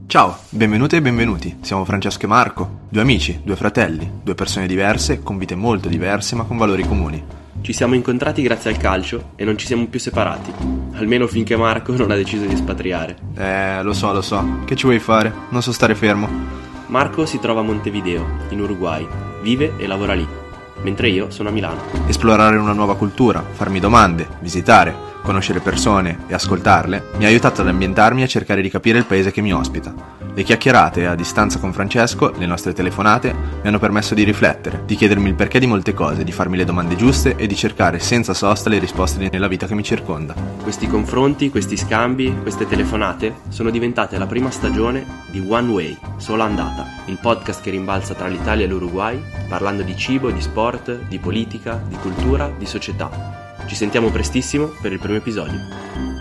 Ciao, benvenute e benvenuti. Siamo Francesco e Marco, due amici, due fratelli, due persone diverse, con vite molto diverse ma con valori comuni. Ci siamo incontrati grazie al calcio e non ci siamo più separati, almeno finché Marco non ha deciso di espatriare. Lo so, che ci vuoi fare? Non so stare fermo. Marco si trova a Montevideo, in Uruguay, vive e lavora lì, mentre io sono a Milano. Esplorare una nuova cultura, farmi domande, visitare, conoscere persone e ascoltarle mi ha aiutato ad ambientarmi e a cercare di capire il paese che mi ospita. Le chiacchierate a distanza con Francesco, le nostre telefonate, mi hanno permesso di riflettere, di chiedermi il perché di molte cose, di farmi le domande giuste e di cercare senza sosta le risposte nella vita che mi circonda. Questi confronti, questi scambi, queste telefonate sono diventate la prima stagione di One Way, Sola Andata, il podcast che rimbalza tra l'Italia e l'Uruguay, parlando di cibo, di sport, di politica, di cultura, di società. Ci sentiamo prestissimo per il primo episodio.